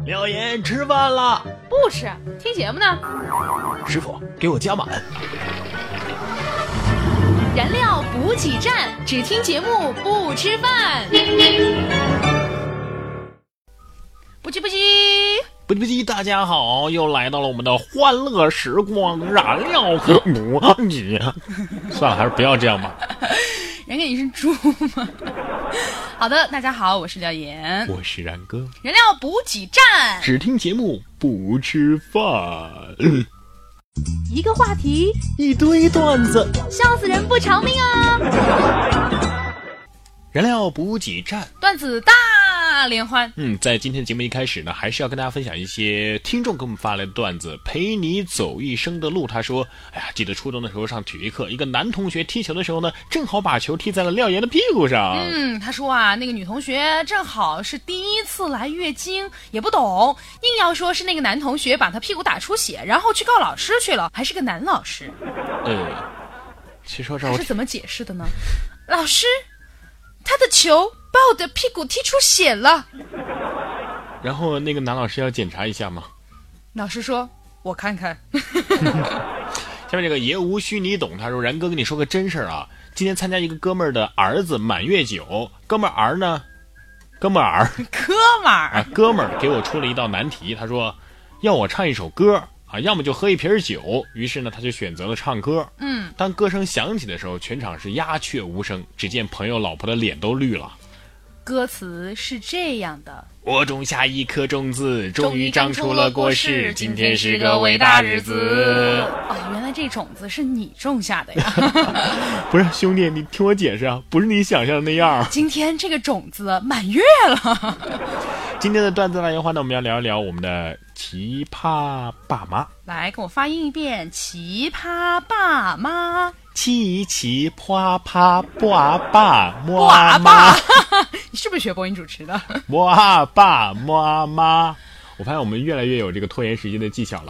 廖岩吃饭了。 不吃，听节目呢。 师傅，给我加满。 燃料补给站，只听节目不吃饭。不急不急不急不急，大家好，又来到了我们的欢乐时光，燃料补给。算了，还是不要这样吧。 然哥，你是猪吗？好的，大家好，我是廖岩， 我是然哥。 燃料补给站， 只听节目不吃饭。 一个话题， 一堆段子， 笑死人不偿命啊！ 燃料补给站， 段子大联欢。 在今天的节目一开始呢，还是要跟大家分享一些听众给我们发来的段子。陪你走一生的路，他说：哎呀，记得初中的时候上体育课，一个男同学踢球的时候呢，正好把球踢在了廖岩的屁股上。 他说啊，那个女同学正好是第一次来月经，也不懂，硬要说是那个男同学把她屁股打出血，然后去告老师去了，还是个男老师。 其实这他是怎么解释的呢？老师，他的球把我的屁股踢出血了。 然后那个男老师要检查一下吗？ 老师说我看看。 下面这个也无需你懂，他说然哥跟你说个真事儿啊，今天参加一个哥们儿的儿子满月酒，哥们儿给我出了一道难题，他说要我唱一首歌啊，要么就喝一瓶酒，于是呢他就选择了唱歌。当歌声响起的时候，全场是鸦雀无声，只见朋友老婆的脸都绿了。 歌词是这样的： 我种下一颗种子，终于长出了果实，今天是个伟大日子。 原来这种子是你种下的呀。 不是兄弟，你听我解释啊，不是你想象的那样。 今天这个种子满月了。 今天的段子大联欢呢，我们要聊一聊我们的奇葩爸妈。 来，跟我发音一遍：奇葩爸妈。 奇奇啪啪爸爸妈妈。你是不是学播音主持的？ 爸爸妈妈。我发现我们越来越有这个拖延时间的技巧了。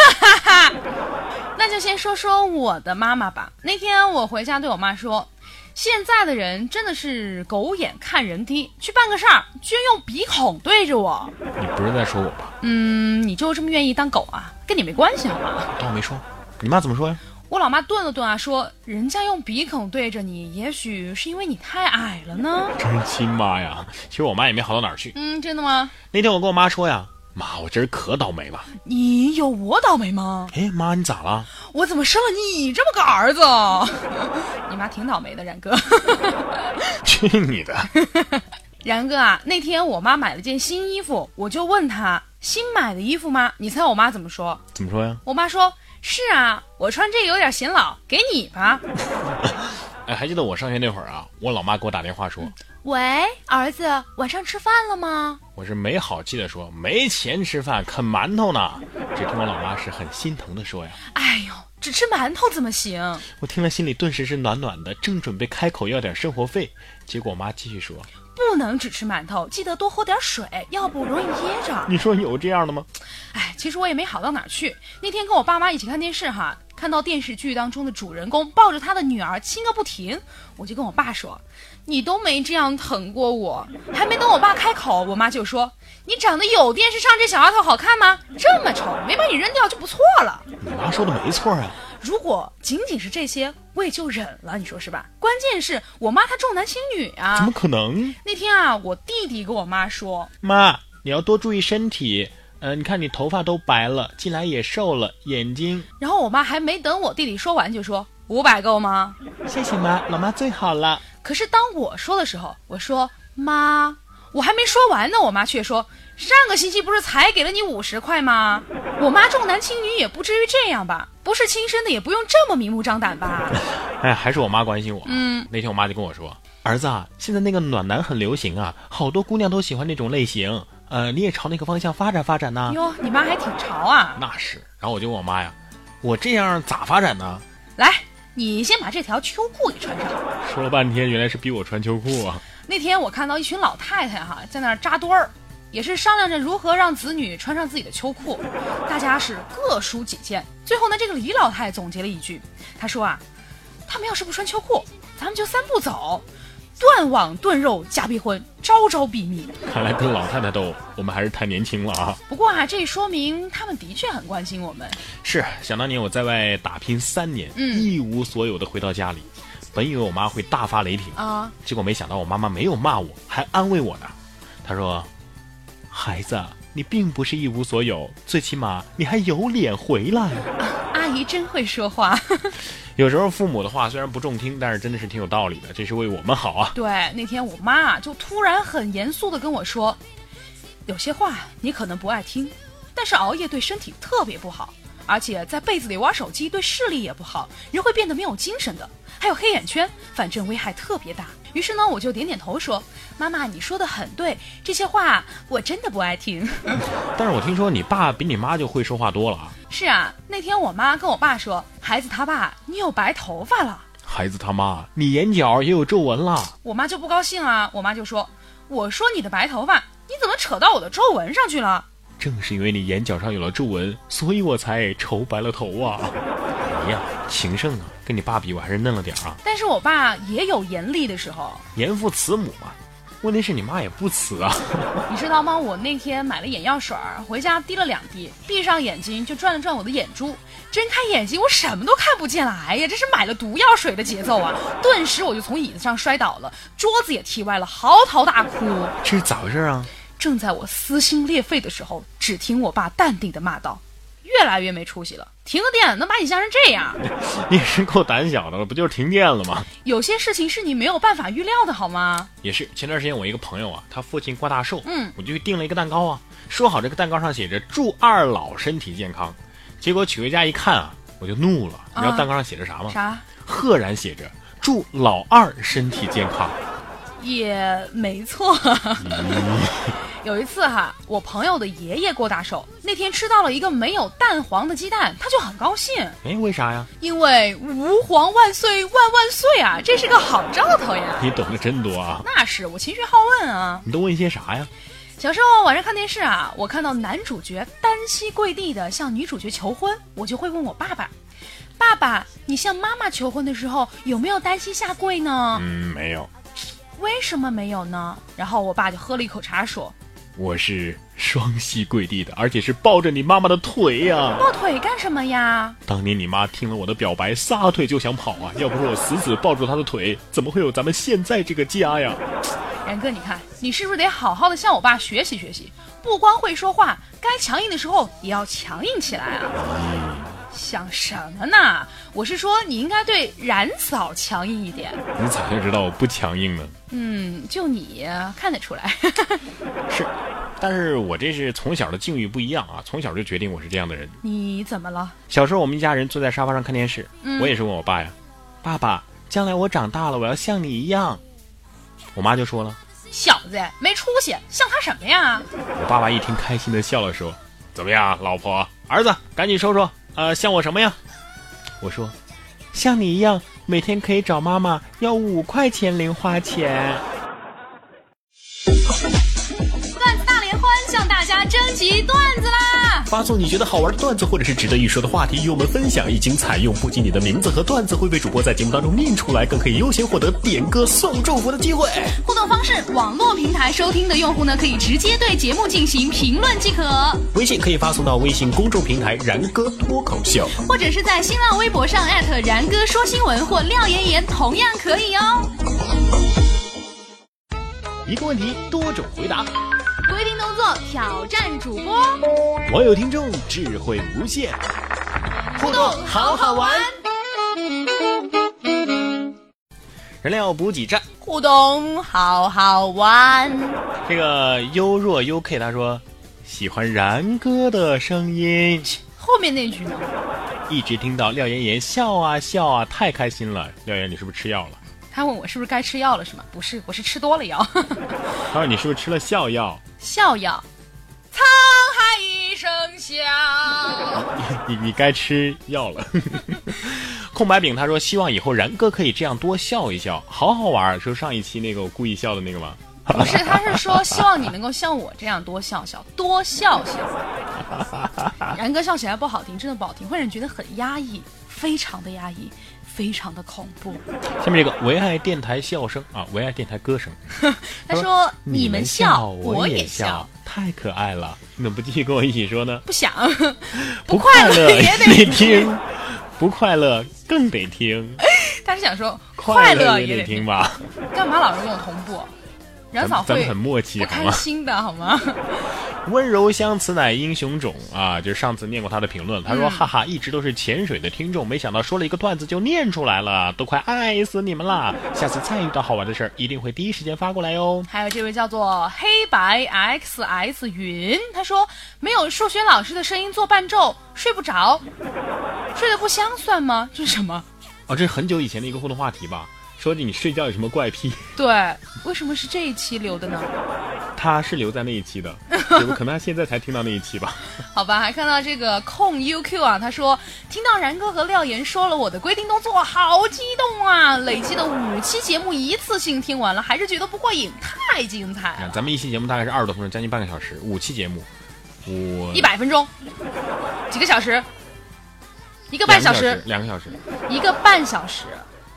那就先说说我的妈妈吧。那天我回家对我妈说，现在的人真的是狗眼看人低，去办个事儿居然用鼻孔对着我。 你不是在说我吧？ 你就这么愿意当狗啊？跟你没关系好吗？ 当我没说。你妈怎么说呀？ 我老妈顿了顿啊，说人家用鼻孔对着你，也许是因为你太矮了呢。 真亲妈呀！其实我妈也没好到哪儿去。 真的吗？ 那天我跟我妈说呀，妈，我真是可倒霉了。 你有我倒霉吗？ 妈，你咋了？ 我怎么生了你这么个儿子？你妈挺倒霉的，然哥。 去你的！ 然哥啊，那天我妈买了件新衣服，我就问她新买的衣服吗？你猜我妈怎么说？ 怎么说呀？ 我妈说是啊，我穿这个有点显老，给你吧。 还记得我上学那会儿啊，我老妈给我打电话说， 喂，儿子，晚上吃饭了吗？ 我是没好气的说，没钱吃饭，啃馒头呢。只听我老妈是很心疼的说呀， 哎呦，只吃馒头怎么行？ 我听了心里顿时是暖暖的，正准备开口要点生活费，结果我妈继续说， 不能只吃馒头，记得多喝点水，要不容易噎着。 你说有这样的吗？ 其实我也没好到哪儿去。那天跟我爸妈一起看电视哈，看到电视剧当中的主人公抱着他的女儿亲个不停，我就跟我爸说，你都没这样疼过我。还没等我爸开口，我妈就说，你长得有电视上这小丫头好看吗？这么丑，没把你扔掉就不错了。 你妈说的没错啊。 如果仅仅是这些，我也就忍了，你说是吧？关键是我妈她重男轻女啊。 怎么可能？ 那天啊，我弟弟跟我妈说， 妈，你要多注意身体。你看你头发都白了，近来也瘦了，眼睛。 然后我妈还没等我弟弟说完就说，500够吗？ 谢谢妈，老妈最好了。 可是当我说的时候，我说妈，我还没说完呢，我妈却说，上个星期不是才给了你50块吗？我妈重男轻女也不至于这样吧？不是亲生的也不用这么明目张胆吧？ 还是我妈关心我。那天我妈就跟我说，儿子啊，现在那个暖男很流行啊，好多姑娘都喜欢那种类型。你也朝那个方向发展发展呢。 哟，你妈还挺潮啊。 那是。然后我就问我妈呀，我这样咋发展呢？ 来，你先把这条秋裤给穿上。 说了半天，原来是逼我穿秋裤啊。 那天我看到一群老太太在那儿扎堆儿，也是商量着如何让子女穿上自己的秋裤，大家是各抒己见。最后呢，这个李老太总结了一句，她说啊，他们要是不穿秋裤，咱们就3步走。 断网断肉加逼婚，招招毙命。 看来跟老太太斗，我们还是太年轻了啊。 不过啊，这说明他们的确很关心我们。 是，想当年我在外打拼3年，一无所有的回到家里，本以为我妈会大发雷霆啊，结果没想到我妈妈没有骂我，还安慰我呢。她说：“孩子，你并不是一无所有，最起码你还有脸回来。” 阿姨真会说话。 有时候父母的话虽然不中听，但是真的是挺有道理的，这是为我们好啊。 对，那天我妈就突然很严肃地跟我说，有些话你可能不爱听，但是熬夜对身体特别不好，而且在被子里玩手机对视力也不好，人会变得没有精神的，还有黑眼圈，反正危害特别大。于是呢，我就点点头说，妈妈你说的很对，这些话我真的不爱听。 但是我听说你爸比你妈就会说话多了啊。 是啊，那天我妈跟我爸说，孩子他爸你有白头发了。 孩子他妈你眼角也有皱纹了。 我妈就不高兴啊，我妈就说，我说你的白头发你怎么扯到我的皱纹上去了？ 正是因为你眼角上有了皱纹，所以我才愁白了头啊。哎呀，情圣啊，跟你爸比我还是嫩了点啊。 但是我爸也有严厉的时候， 严父慈母嘛。问题是你妈也不慈啊。 你知道吗？我那天买了眼药水，回家滴了2滴，闭上眼睛就转了转我的眼珠，睁开眼睛我什么都看不见了。哎呀，这是买了毒药水的节奏啊！顿时我就从椅子上摔倒了，桌子也踢歪了，嚎啕大哭。 这是咋回事啊？ 正在我撕心裂肺的时候，只听我爸淡定地骂道，越来越没出息了，停个电能把你吓成这样？ 你也是够胆小的了，不就是停电了吗？ 有些事情是你没有办法预料的好吗？ 也是，前段时间我一个朋友啊，他父亲挂大寿，我就订了一个蛋糕啊，说好这个蛋糕上写着祝二老身体健康，结果取回家一看啊，我就怒了。你知道蛋糕上写着啥吗？ 啥？ 赫然写着祝老二身体健康。 也没错。有一次哈，我朋友的爷爷过大寿，那天吃到了一个没有蛋黄的鸡蛋，他就很高兴。 哎，为啥呀？ 因为吾皇万岁万万岁啊，这是个好兆头呀。 你懂得真多啊。 那是，我情绪好问啊。 你都问一些啥呀？ 小时候晚上看电视啊，我看到男主角单膝跪地的向女主角求婚，我就会问我爸爸，爸爸，你向妈妈求婚的时候有没有单膝下跪呢？ 没有。 为什么没有呢？然后我爸就喝了一口茶说， 我是双膝跪地的，而且是抱着你妈妈的腿呀。 抱腿干什么呀？ 当年你妈听了我的表白，撒腿就想跑啊！要不是我死死抱住她的腿，怎么会有咱们现在这个家呀？ 然哥，你看，你是不是得好好的向我爸学习学习？不光会说话，该强硬的时候也要强硬起来啊！想什么呢？我是说，你应该对冉嫂强硬一点。 你咋就知道我不强硬呢？ 就你看得出来。 是，但是我这是从小的境遇不一样啊，从小就决定我是这样的人。 你怎么了？ 小时候我们一家人坐在沙发上看电视，我也是问我爸呀，爸爸，将来我长大了，我要像你一样。我妈就说了， 小子没出息，像他什么呀？ 我爸爸一听开心的笑了，说，怎么样，老婆，儿子，赶紧说说，像我什么呀？我说，像你一样，每天可以找妈妈要5块钱零花钱。 段子大联欢向大家征集段子啦！ 发送你觉得好玩的段子或者是值得一说的话题与我们分享，一经采用，不仅你的名字和段子会被主播在节目当中念出来，更可以优先获得点歌送祝福的机会。 互动方式，网络平台收听的用户呢，可以直接对节目进行评论即可。 微信可以发送到微信公众平台然哥脱口秀， 或者是在新浪微博上然哥说新闻或廖妍妍，同样可以哦。 一个问题多种回答， 规定动作挑战主播， 网友听众智慧无限，互动好好玩。人料补给站， 互动好好玩。 这个优若 UK 他说喜欢然哥的声音， 后面那句呢？ 一直听到廖妍妍笑啊笑啊，太开心了。廖妍，你是不是吃药了？ 他问我是不是该吃药了是吗？不是，我是吃多了药。 他说你是不是吃了笑药？ 笑药，沧海一声笑。 你该吃药了。空白饼他说希望以后然哥可以这样多笑一笑，好好玩。说上一期那个我故意笑的那个吗？ 不是，他是说希望你能够像我这样多笑笑，多笑笑。 然哥笑起来不好听，真的不好听，会让人觉得很压抑，非常的压抑，非常的恐怖。 下面这个唯爱电台笑声啊，唯爱电台歌声。 他说你们笑我也笑， 太可爱了，你怎么不继续跟我一起说呢？ 不想不快乐也得听，不快乐更得听。 他是想说快乐也得听吧？ 干嘛老是跟我同步？冉嫂会很默契， 不开心的好吗？ 温柔乡此乃英雄种啊，就是上次念过他的评论，他说哈哈，一直都是潜水的听众，没想到说了一个段子就念出来了，都快爱死你们啦！下次再遇到好玩的事儿，一定会第一时间发过来哟。 还有这位叫做黑白 XS 云，他说没有数学老师的声音做伴奏，睡不着，睡得不香算吗？这是什么？ 哦，这是很久以前的一个互动话题吧？说你睡觉有什么怪癖？ 对，为什么是这一期留的呢？ 他是留在那一期的，可能他现在才听到那一期吧。 好吧，还看到这个控 UQ 啊，他说听到然哥和廖岩说了我的规定动作，好激动啊！累计的5期节目一次性听完了，还是觉得不过瘾，太精彩了。 咱们一期节目大概是20多分钟，将近半个小时，5期节目 ，100分钟，几个小时？1个半小时 ？2个小时 ？1个半小时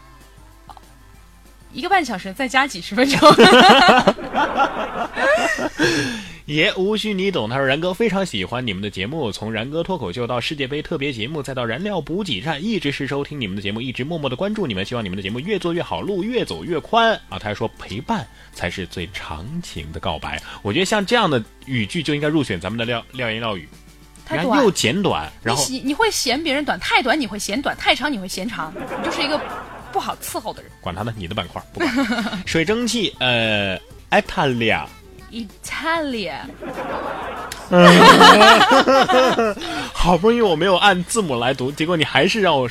？1个半小时再加几十分钟。 也无需你懂。他说然哥非常喜欢你们的节目，从然哥脱口秀到世界杯特别节目，再到燃料补给站，一直是收听你们的节目，一直默默的关注你们，希望你们的节目越做越好，路越走越宽啊。他还说陪伴才是最长情的告白，我觉得像这样的语句就应该入选咱们的廖言廖语。 太短， 又简短，然后你会嫌别人短，太短你会嫌短，太长你会嫌长，你就是一个不好伺候的人。 管他呢，你的板块不管。水蒸气Italia 好不容易我没有按字母来读，结果你还是让我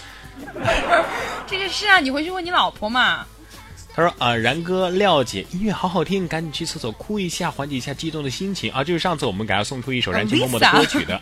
这个是啊，你回去问你老婆嘛。 他说然哥廖姐音乐好好听，赶紧去厕所哭一下，缓解一下激动的心情啊！就是上次我们给他送出一首燃情默默的歌曲的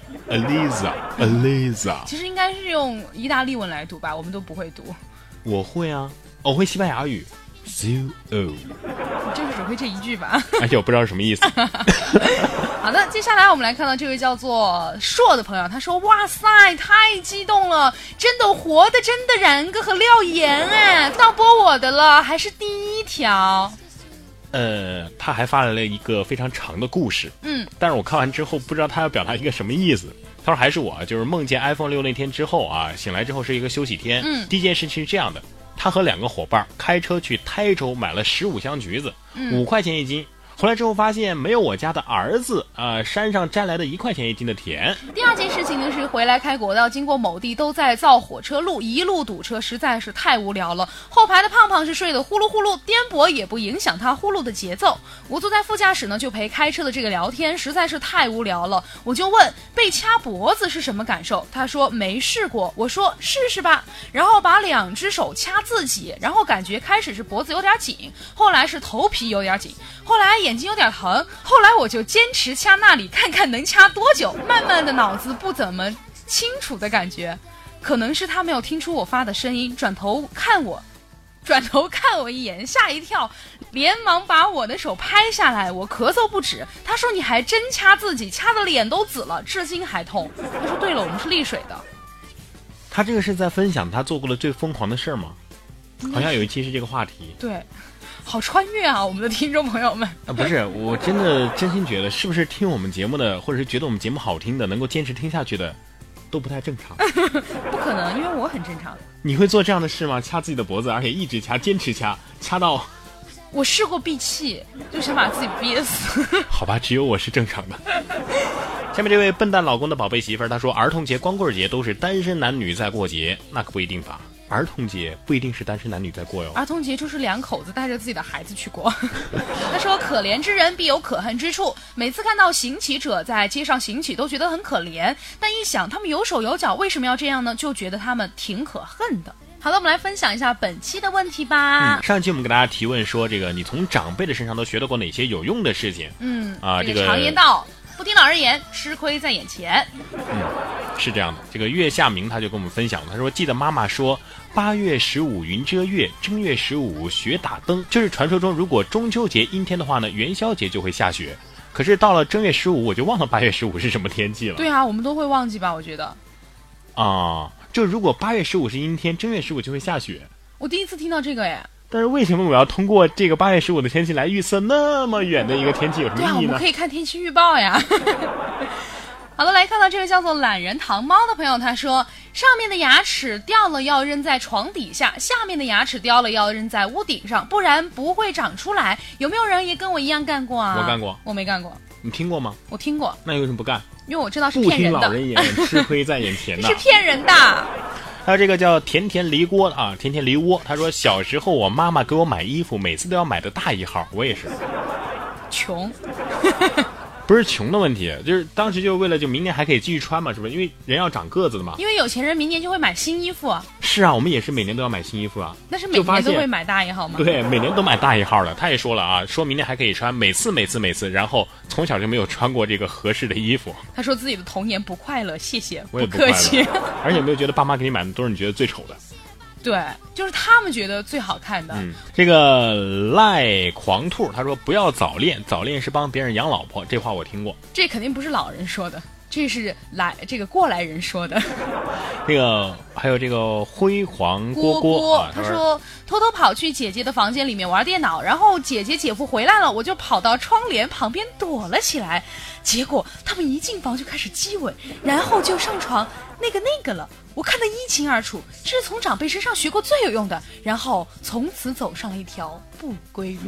Aliza。 其实应该是用意大利文来读吧，我们都不会读。 我会啊，我会西班牙语。你就是只会这一句吧？ 而且我不知道是什么意思。 好的，接下来我们来看到这位叫做硕的朋友，他说：“哇塞，太激动了，真的活的真的然哥和廖岩哎，到播我的了，还是第1条。” 他还发来了一个非常长的故事，但是我看完之后不知道他要表达一个什么意思。他说还是我，就是梦见 iPhone 6那天之后啊，醒来之后是一个休息天，第一件事情是这样的。他和2个伙伴开车去台州买了15箱橘子，5块钱一斤。回来之后发现没有我家的儿子山上摘来的1块钱一斤的甜。 第2件事情呢是回来开国道，经过某地都在造火车路，一路堵车，实在是太无聊了。后排的胖胖是睡得呼噜呼噜，颠簸也不影响他呼噜的节奏。我坐在副驾驶呢，就陪开车的这个聊天，实在是太无聊了。我就问被掐脖子是什么感受，他说没试过。我说试试吧，然后把2只手掐自己，然后感觉开始是脖子有点紧，后来是头皮有点紧，后来眼睛有点疼，后来我就坚持掐那里，看看能掐多久。慢慢的脑子不怎么清楚的感觉，可能是他没有听出我发的声音，转头看我一眼，吓一跳，连忙把我的手拍下来。我咳嗽不止，他说你还真掐自己，掐的脸都紫了，至今还痛。他说对了，我们是丽水的。 他这个是在分享他做过的最疯狂的事吗？好像有一期是这个话题。 对，好穿越啊，我们的听众朋友们不是，我真心觉得是不是听我们节目的，或者是觉得我们节目好听的，能够坚持听下去的都不太正常。 不可能，因为我很正常。 你会做这样的事吗？掐自己的脖子，而且一直掐，坚持掐到我试过闭气，就想把自己憋死。 好吧，只有我是正常的。下面这位笨蛋老公的宝贝媳妇儿，她说儿童节光棍节都是单身男女在过节，那可不一定吧，儿童节不一定是单身男女在过哟， 儿童节就是2口子带着自己的孩子去过。他说可怜之人必有可恨之处，每次看到行乞者在街上行乞都觉得很可怜，但一想他们有手有脚，为什么要这样呢？就觉得他们挺可恨的。好的，我们来分享一下本期的问题吧。 上期我们给大家提问说，这个你从长辈的身上都学到过哪些有用的事情？这个常言道，不听老人言，吃亏在眼前。 是这样的。这个月下明他就跟我们分享，他说记得妈妈说8月15云遮月，正月15雪打灯，就是传说中如果中秋节阴天的话呢，元宵节就会下雪。 可是到了正月15，我就忘了8月15是什么天气了。 对啊，我们都会忘记吧？我觉得。 啊，就如果8月15是阴天，正月15就会下雪。 我第一次听到这个耶。 但是为什么我要通过这个8月15的天气来预测那么远的一个天气，有什么意义呢？ 对啊，我们可以看天气预报呀。好了，来看到这位叫做懒人糖猫的朋友，他说上面的牙齿掉了要扔在床底下，下面的牙齿掉了要扔在屋顶上，不然不会长出来。有没有人也跟我一样干过啊？ 我干过。 我没干过。 你听过吗？ 我听过。 那你为什么不干？ 因为我知道是骗人的。 不听老人言，吃亏在眼前呐。 是骗人的。 还有这个叫甜甜梨锅啊，甜甜梨窝，他说小时候我妈妈给我买衣服，每次都要买的大1号，我也是。 穷。 不是穷的问题，就是当时就为了就明年还可以继续穿嘛，是不是？因为人要长个子的嘛。 因为有钱人明年就会买新衣服。 是啊，我们也是每年都要买新衣服啊。 但是每年都会买大1号吗？ 对，每年都买大1号了。他也说了啊，说明年还可以穿，每次，然后从小就没有穿过这个合适的衣服。 他说自己的童年不快乐，谢谢， 我也不客气。 而且有没有觉得爸妈给你买的都是你觉得最丑的？ 对，就是他们觉得最好看的。 这个赖狂兔他说不要早恋，早恋是帮别人养老婆，这话我听过。 这肯定不是老人说的，这是这个过来人说的。 这个还有这个辉煌蝈蝈， 他说偷偷跑去姐姐的房间里面玩电脑，然后姐姐姐夫回来了，我就跑到窗帘旁边躲了起来，结果他们一进房就开始激吻，然后就上床那个了，我看得一清二楚，这是从长辈身上学过最有用的，然后从此走上了一条不归路。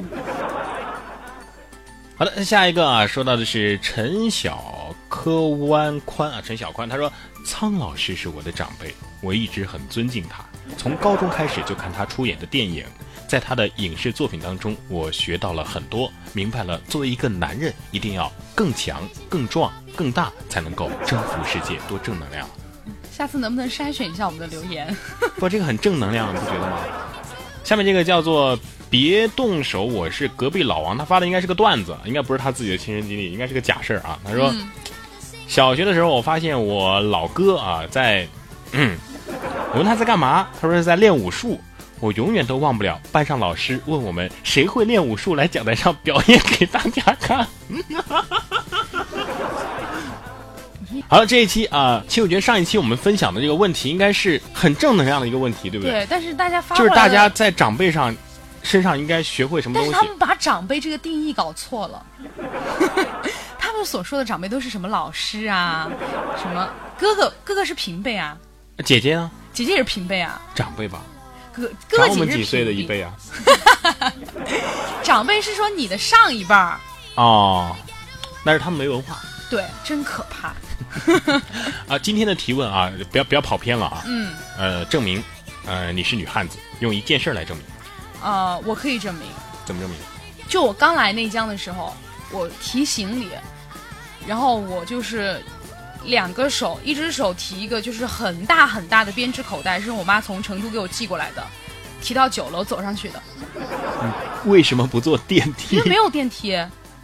好的，下一个啊，说到的是陈小宽啊，陈小宽他说苍老师是我的长辈，我一直很尊敬他，从高中开始就看他出演的电影，在他的影视作品当中，我学到了很多，明白了作为一个男人一定要更强、更壮、更大，才能够征服世界，多正能量。 下次能不能筛选一下我们的留言？ 不，这个很正能量，你不觉得吗？下面这个叫做别动手，我是隔壁老王，他发的应该是个段子，应该不是他自己的亲身经历，应该是个假事啊。他说，小学的时候我发现我老哥啊在，我问他在干嘛，他说是在练武术。我永远都忘不了班上老师问我们谁会练武术来讲台上表演给大家看。好了，这一期啊，其实我觉得上一期我们分享的这个问题应该是很正能量的一个问题，对不对？ 对，但是大家就是大家在长辈身上应该学会什么东西？ 但是他们把长辈这个定义搞错了。他们所说的长辈都是什么老师啊，什么哥哥是平辈啊， 姐姐呢？ 姐姐也是平辈啊， 长辈吧？ 哥哥长我们几岁的一辈啊？ 长辈是说你的上一辈儿哦，那是他们没文化。 对，真可怕。 啊，今天的提问啊，不要跑偏了啊。证明，你是女汉子，用一件事来证明。 我可以证明。 怎么证明？ 就我刚来内江的时候，我提行李，然后我就是2个手，一只手提一个就是很大很大的编织口袋，是我妈从成都给我寄过来的，提到9楼走上去的。 为什么不坐电梯？ 因为没有电梯。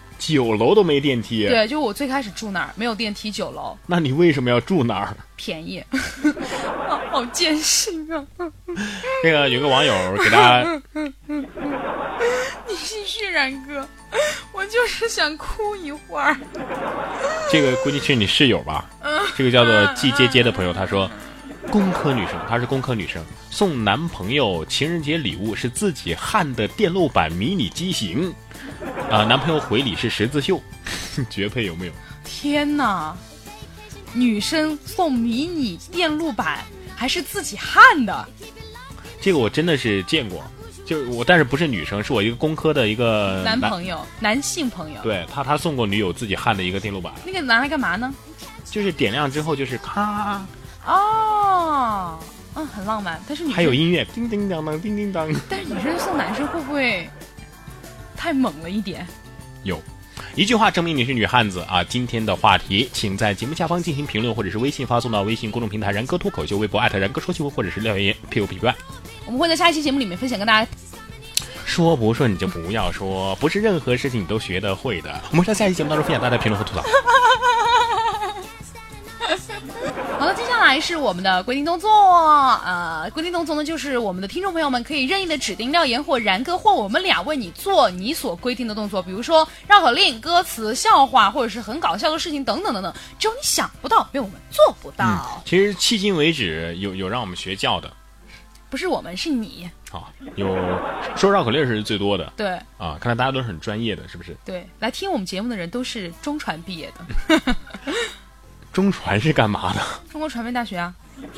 9楼都没电梯。 对，就我最开始住那儿没有电梯，9楼。 那你为什么要住那儿？ 便宜。好艰辛啊。 这个有个网友给大家你继续，然哥，我就是想哭一会儿。 这个估计是你室友吧？这个叫做季接接的朋友，他说工科女生，她是工科女生，送男朋友情人节礼物是自己焊的电路板迷你机型，男朋友回礼是十字绣，绝配有没有？ 天哪，女生送迷你电路板还是自己焊的？ 这个我真的是见过，就是我，但是不是女生，是我一个工科的一个男朋友，男性朋友。 对，他送过女友自己焊的一个电路板。 那个拿来干嘛呢？ 就是点亮之后就是咔。 哦，很浪漫，但是女生还有音乐，叮叮当当，叮叮当。 但是女生送男生会不会太猛了一点？ 有一句话证明你是女汉子啊！今天的话题，请在节目下方进行评论，或者是微信发送到微信公众平台然哥脱口秀，微博@然哥说新闻，或者是廖言 PUPY。 我们会在下一期节目里面分享跟大家。 说不顺你就不要说，不是任何事情你都学得会的。我们在下一期节目当中分享大家的评论和吐槽。 好了，接下来来是我们的规定动作，规定动作呢，就是我们的听众朋友们可以任意的指定廖岩或然哥或我们俩为你做你所规定的动作，比如说绕口令、歌词、笑话，或者是很搞笑的事情等等等等，只有你想不到，没有我们做不到。 其实迄今为止有让我们学教的， 不是我们，是你。 有说绕口令是最多的， 对看来大家都是很专业的，是不是？ 对，来听我们节目的人都是中传毕业的。 中传是干嘛的？ 中国传媒大学啊。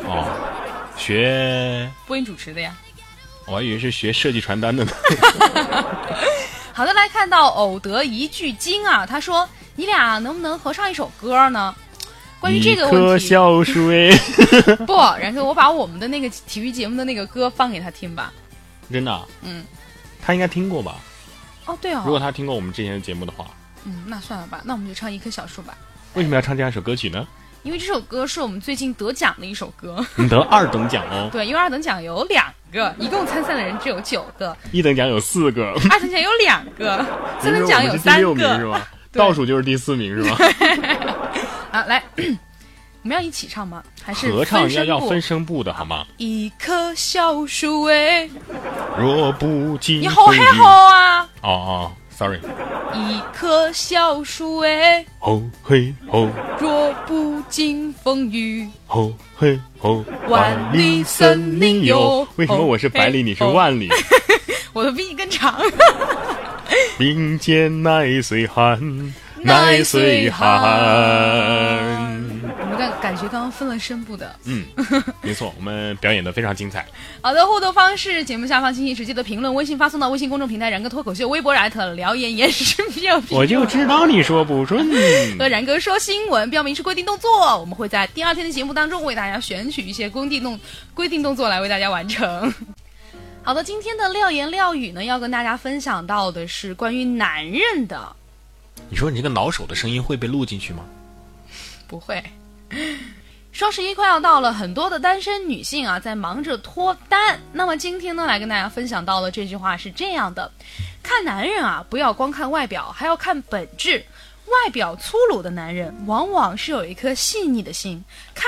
学播音主持的呀。 我还以为是学设计传单的呢。 好的，来看到偶得一句经啊，他说你俩能不能合唱一首歌呢？关于这个问题， 一棵小树不，然哥，我把我们的那个体育节目的那个歌放给他听吧。 真的？他应该听过吧？ 对哦。 如果他听过我们之前的节目的话， 那算了吧，那我们就唱一棵小树吧。 为什么要唱这样一首歌曲呢？ 因为这首歌是我们最近得奖的一首歌。 你得2等奖哦。 对，因为2等奖有2个，一共参赛的人只有9个 ，1等奖有4个 ，2等奖有2个，3等奖有3个。 第6名是吧？倒数就是第4名是吧？ 来，我们要一起唱吗？还是合唱要分声部的好吗？ 一棵小树若不经你好黑好啊 ！sorry。 一棵小树吼嘿吼， 若不经风雨， 吼嘿吼， 万里森林有。 为什么我是百里，你是万里？ 我的比你更长。 并肩耐岁寒，耐岁寒。 我们感觉刚刚分了声部的。 没错，我们表演的非常精彩。 好的，互动方式：节目下方进行直接的评论，微信发送到微信公众平台然哥脱口秀，微博聊言延时我就知道你说不准。 和然哥说新闻，标明是规定动作，我们会在第2天的节目当中为大家选取一些规定动作来为大家完成。好的，今天的廖言廖语呢，要跟大家分享到的是关于男人的。 你说你这个挠手的声音会被录进去吗？ 不会。双11快要到了，很多的单身女性啊在忙着脱单。那么今天呢，来跟大家分享到的这句话是这样的：看男人啊，不要光看外表，还要看本质。外表粗鲁的男人，往往是有一颗细腻的心，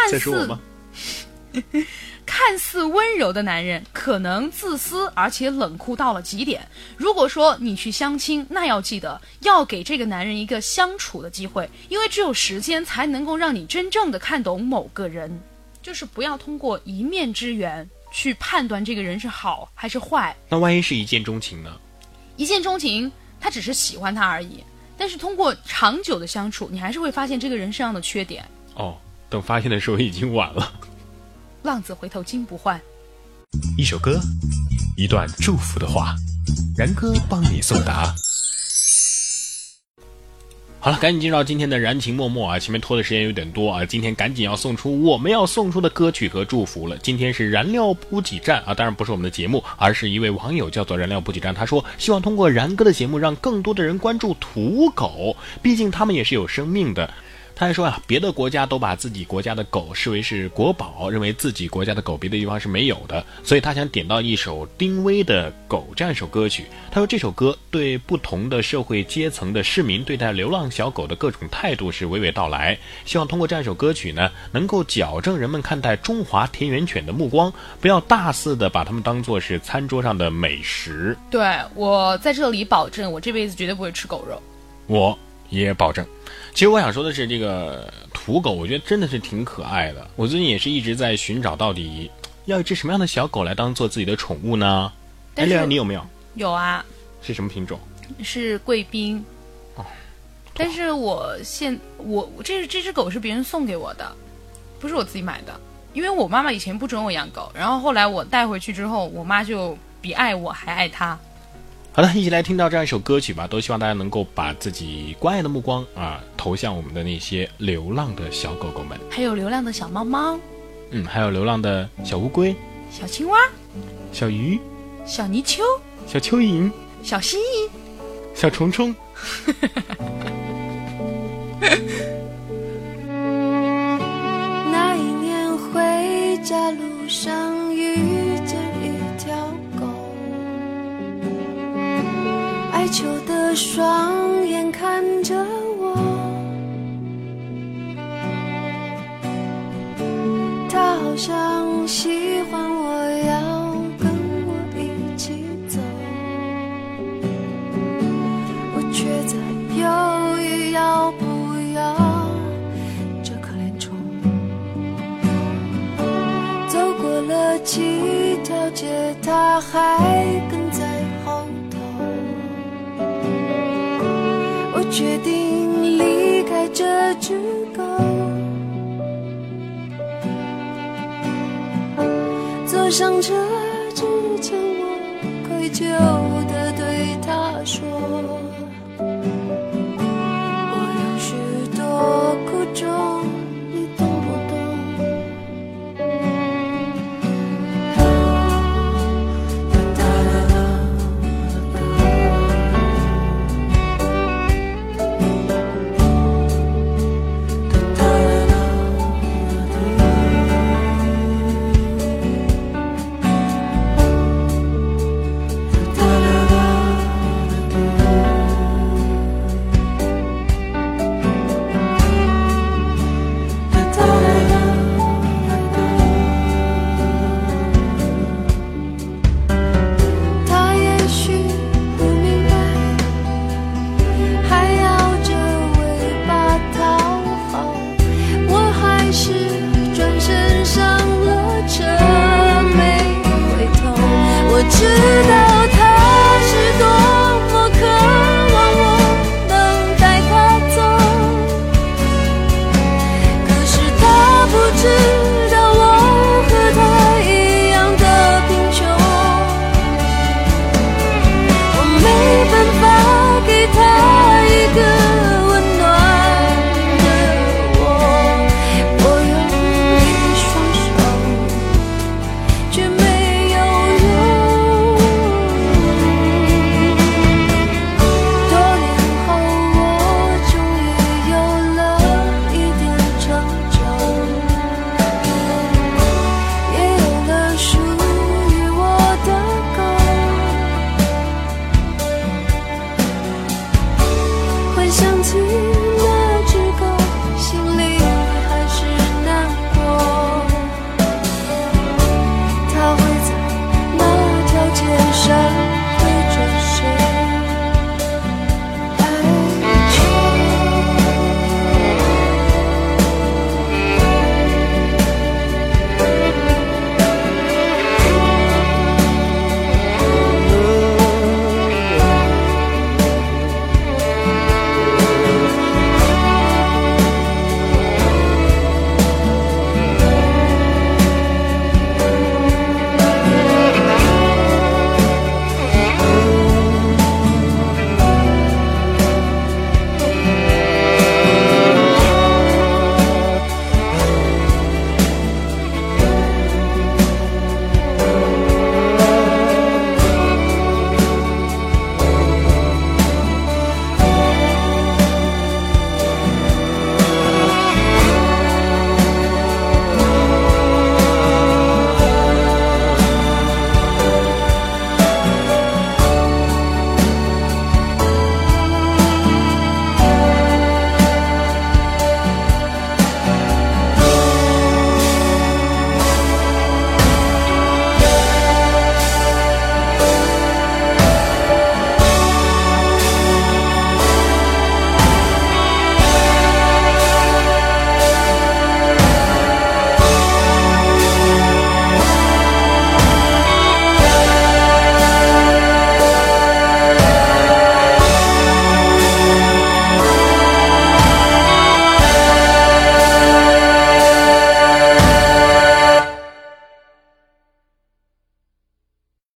看似温柔的男人，可能自私而且冷酷到了极点。如果说你去相亲，那要记得要给这个男人一个相处的机会，因为只有时间才能够让你真正的看懂某个人。就是不要通过一面之缘去判断这个人是好还是坏。 那万一是一见钟情呢？ 一见钟情，他只是喜欢他而已，但是通过长久的相处，你还是会发现这个人身上的缺点。 等发现的时候已经晚了。 浪子回头金不换。 一首歌，一段祝福的话，然哥帮你送达。好了，赶紧进入到今天的燃情脉脉啊！前面拖的时间有点多啊，今天赶紧要送出我们要送出的歌曲和祝福了。今天是燃料补给站啊，当然不是我们的节目，而是一位网友叫做燃料补给站。他说希望通过然哥的节目让更多的人关注土狗，毕竟他们也是有生命的。他还说别的国家都把自己国家的狗视为是国宝，认为自己国家的狗别的地方是没有的，所以他想点到一首丁薇的《狗》这样一首歌曲。他说这首歌对不同的社会阶层的市民对待流浪小狗的各种态度是娓娓道来，希望通过这样一首歌曲呢，能够矫正人们看待中华田园犬的目光，不要大肆的把它们当作是餐桌上的美食。 对，我在这里保证，我这辈子绝对不会吃狗肉。 我也保证。其实我想说的是，这个土狗我觉得真的是挺可爱的。我最近也是一直在寻找到底要一只什么样的小狗来当做自己的宠物呢？亮亮你有没有？ 有啊。 是什么品种？ 是贵宾。但是这只狗是别人送给我的，不是我自己买的。因为我妈妈以前不准我养狗，然后后来我带回去之后，我妈就比爱我还爱它。 好的，一起来听到这样一首歌曲吧，都希望大家能够把自己关爱的目光投向我们的那些流浪的小狗狗们， 还有流浪的小猫猫， 还有流浪的小乌龟、 小青蛙、 小鱼、 小泥鳅、 小蚯蚓、 小蜥蜴、 小虫虫。 那一年回家路上遇见一条狗，哀求的双眼看着我，它像喜欢我要跟我一起走，我却在犹豫要不要这颗脸虫。走过了几条街，他还跟在后头，我决定离开这只狗，坐上车之前，我愧疚地对他说，我有许多苦衷，你懂不懂？我知道他是多么渴望我能带他走，可是他不知